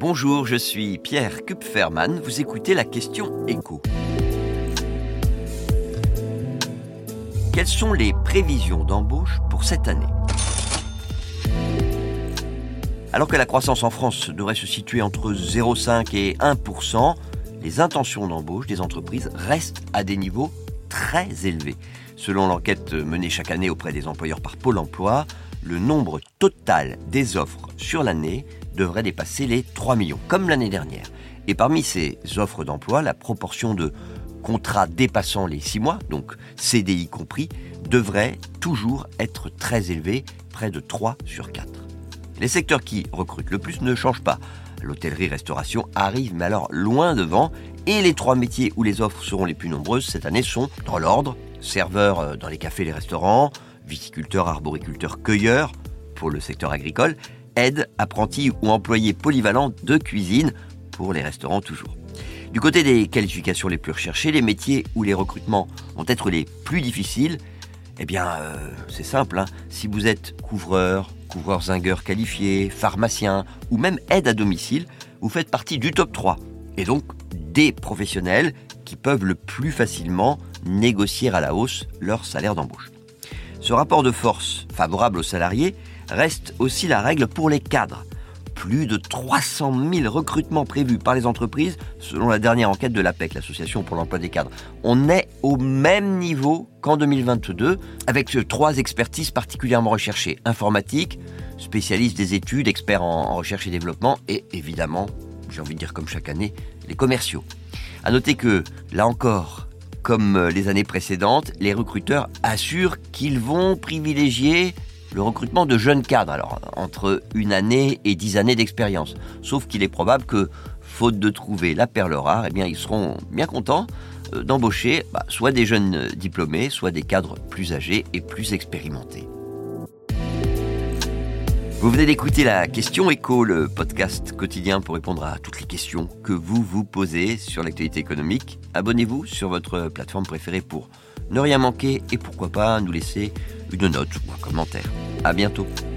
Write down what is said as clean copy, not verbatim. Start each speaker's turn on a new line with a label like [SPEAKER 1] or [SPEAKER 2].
[SPEAKER 1] Bonjour, je suis Pierre Kupferman, vous écoutez la question écho. Quelles sont les prévisions d'embauche pour cette année ? Alors que la croissance en France devrait se situer entre 0,5 et 1%, les intentions d'embauche des entreprises restent à des niveaux très élevés. Selon l'enquête menée chaque année auprès des employeurs par Pôle emploi, le nombre total des offres sur l'année devrait dépasser les 3 millions, comme l'année dernière. Et parmi ces offres d'emploi, la proportion de contrats dépassant les 6 mois, donc CDI compris, devrait toujours être très élevée, près de 3 sur 4. Les secteurs qui recrutent le plus ne changent pas. L'hôtellerie-restauration arrive, mais alors loin devant, et les 3 métiers où les offres seront les plus nombreuses cette année sont, dans l'ordre, serveurs dans les cafés et les restaurants, viticulteurs, arboriculteurs, cueilleurs pour le secteur agricole, aides, apprentis ou employés polyvalents de cuisine pour les restaurants toujours. Du côté des qualifications les plus recherchées, les métiers où les recrutements vont être les plus difficiles, c'est simple, si vous êtes couvreur-zingueur qualifié, pharmacien ou même aide à domicile, vous faites partie du top 3 et donc des professionnels qui peuvent le plus facilement négocier à la hausse leur salaire d'embauche. Ce rapport de force favorable aux salariés reste aussi la règle pour les cadres. Plus de 300 000 recrutements prévus par les entreprises selon la dernière enquête de l'APEC, l'Association pour l'emploi des cadres. On est au même niveau qu'en 2022 avec 3 expertises particulièrement recherchées. Informatique, spécialiste des études, expert en recherche et développement et évidemment, j'ai envie de dire comme chaque année, les commerciaux. À noter que, là encore, comme les années précédentes, les recruteurs assurent qu'ils vont privilégier le recrutement de jeunes cadres, alors entre 1 année et 10 années d'expérience. Sauf qu'il est probable que, faute de trouver la perle rare, ils seront bien contents d'embaucher soit des jeunes diplômés, soit des cadres plus âgés et plus expérimentés. Vous venez d'écouter la question écho, le podcast quotidien pour répondre à toutes les questions que vous vous posez sur l'actualité économique. Abonnez-vous sur votre plateforme préférée pour ne rien manquer et pourquoi pas nous laisser une note ou un commentaire. À bientôt.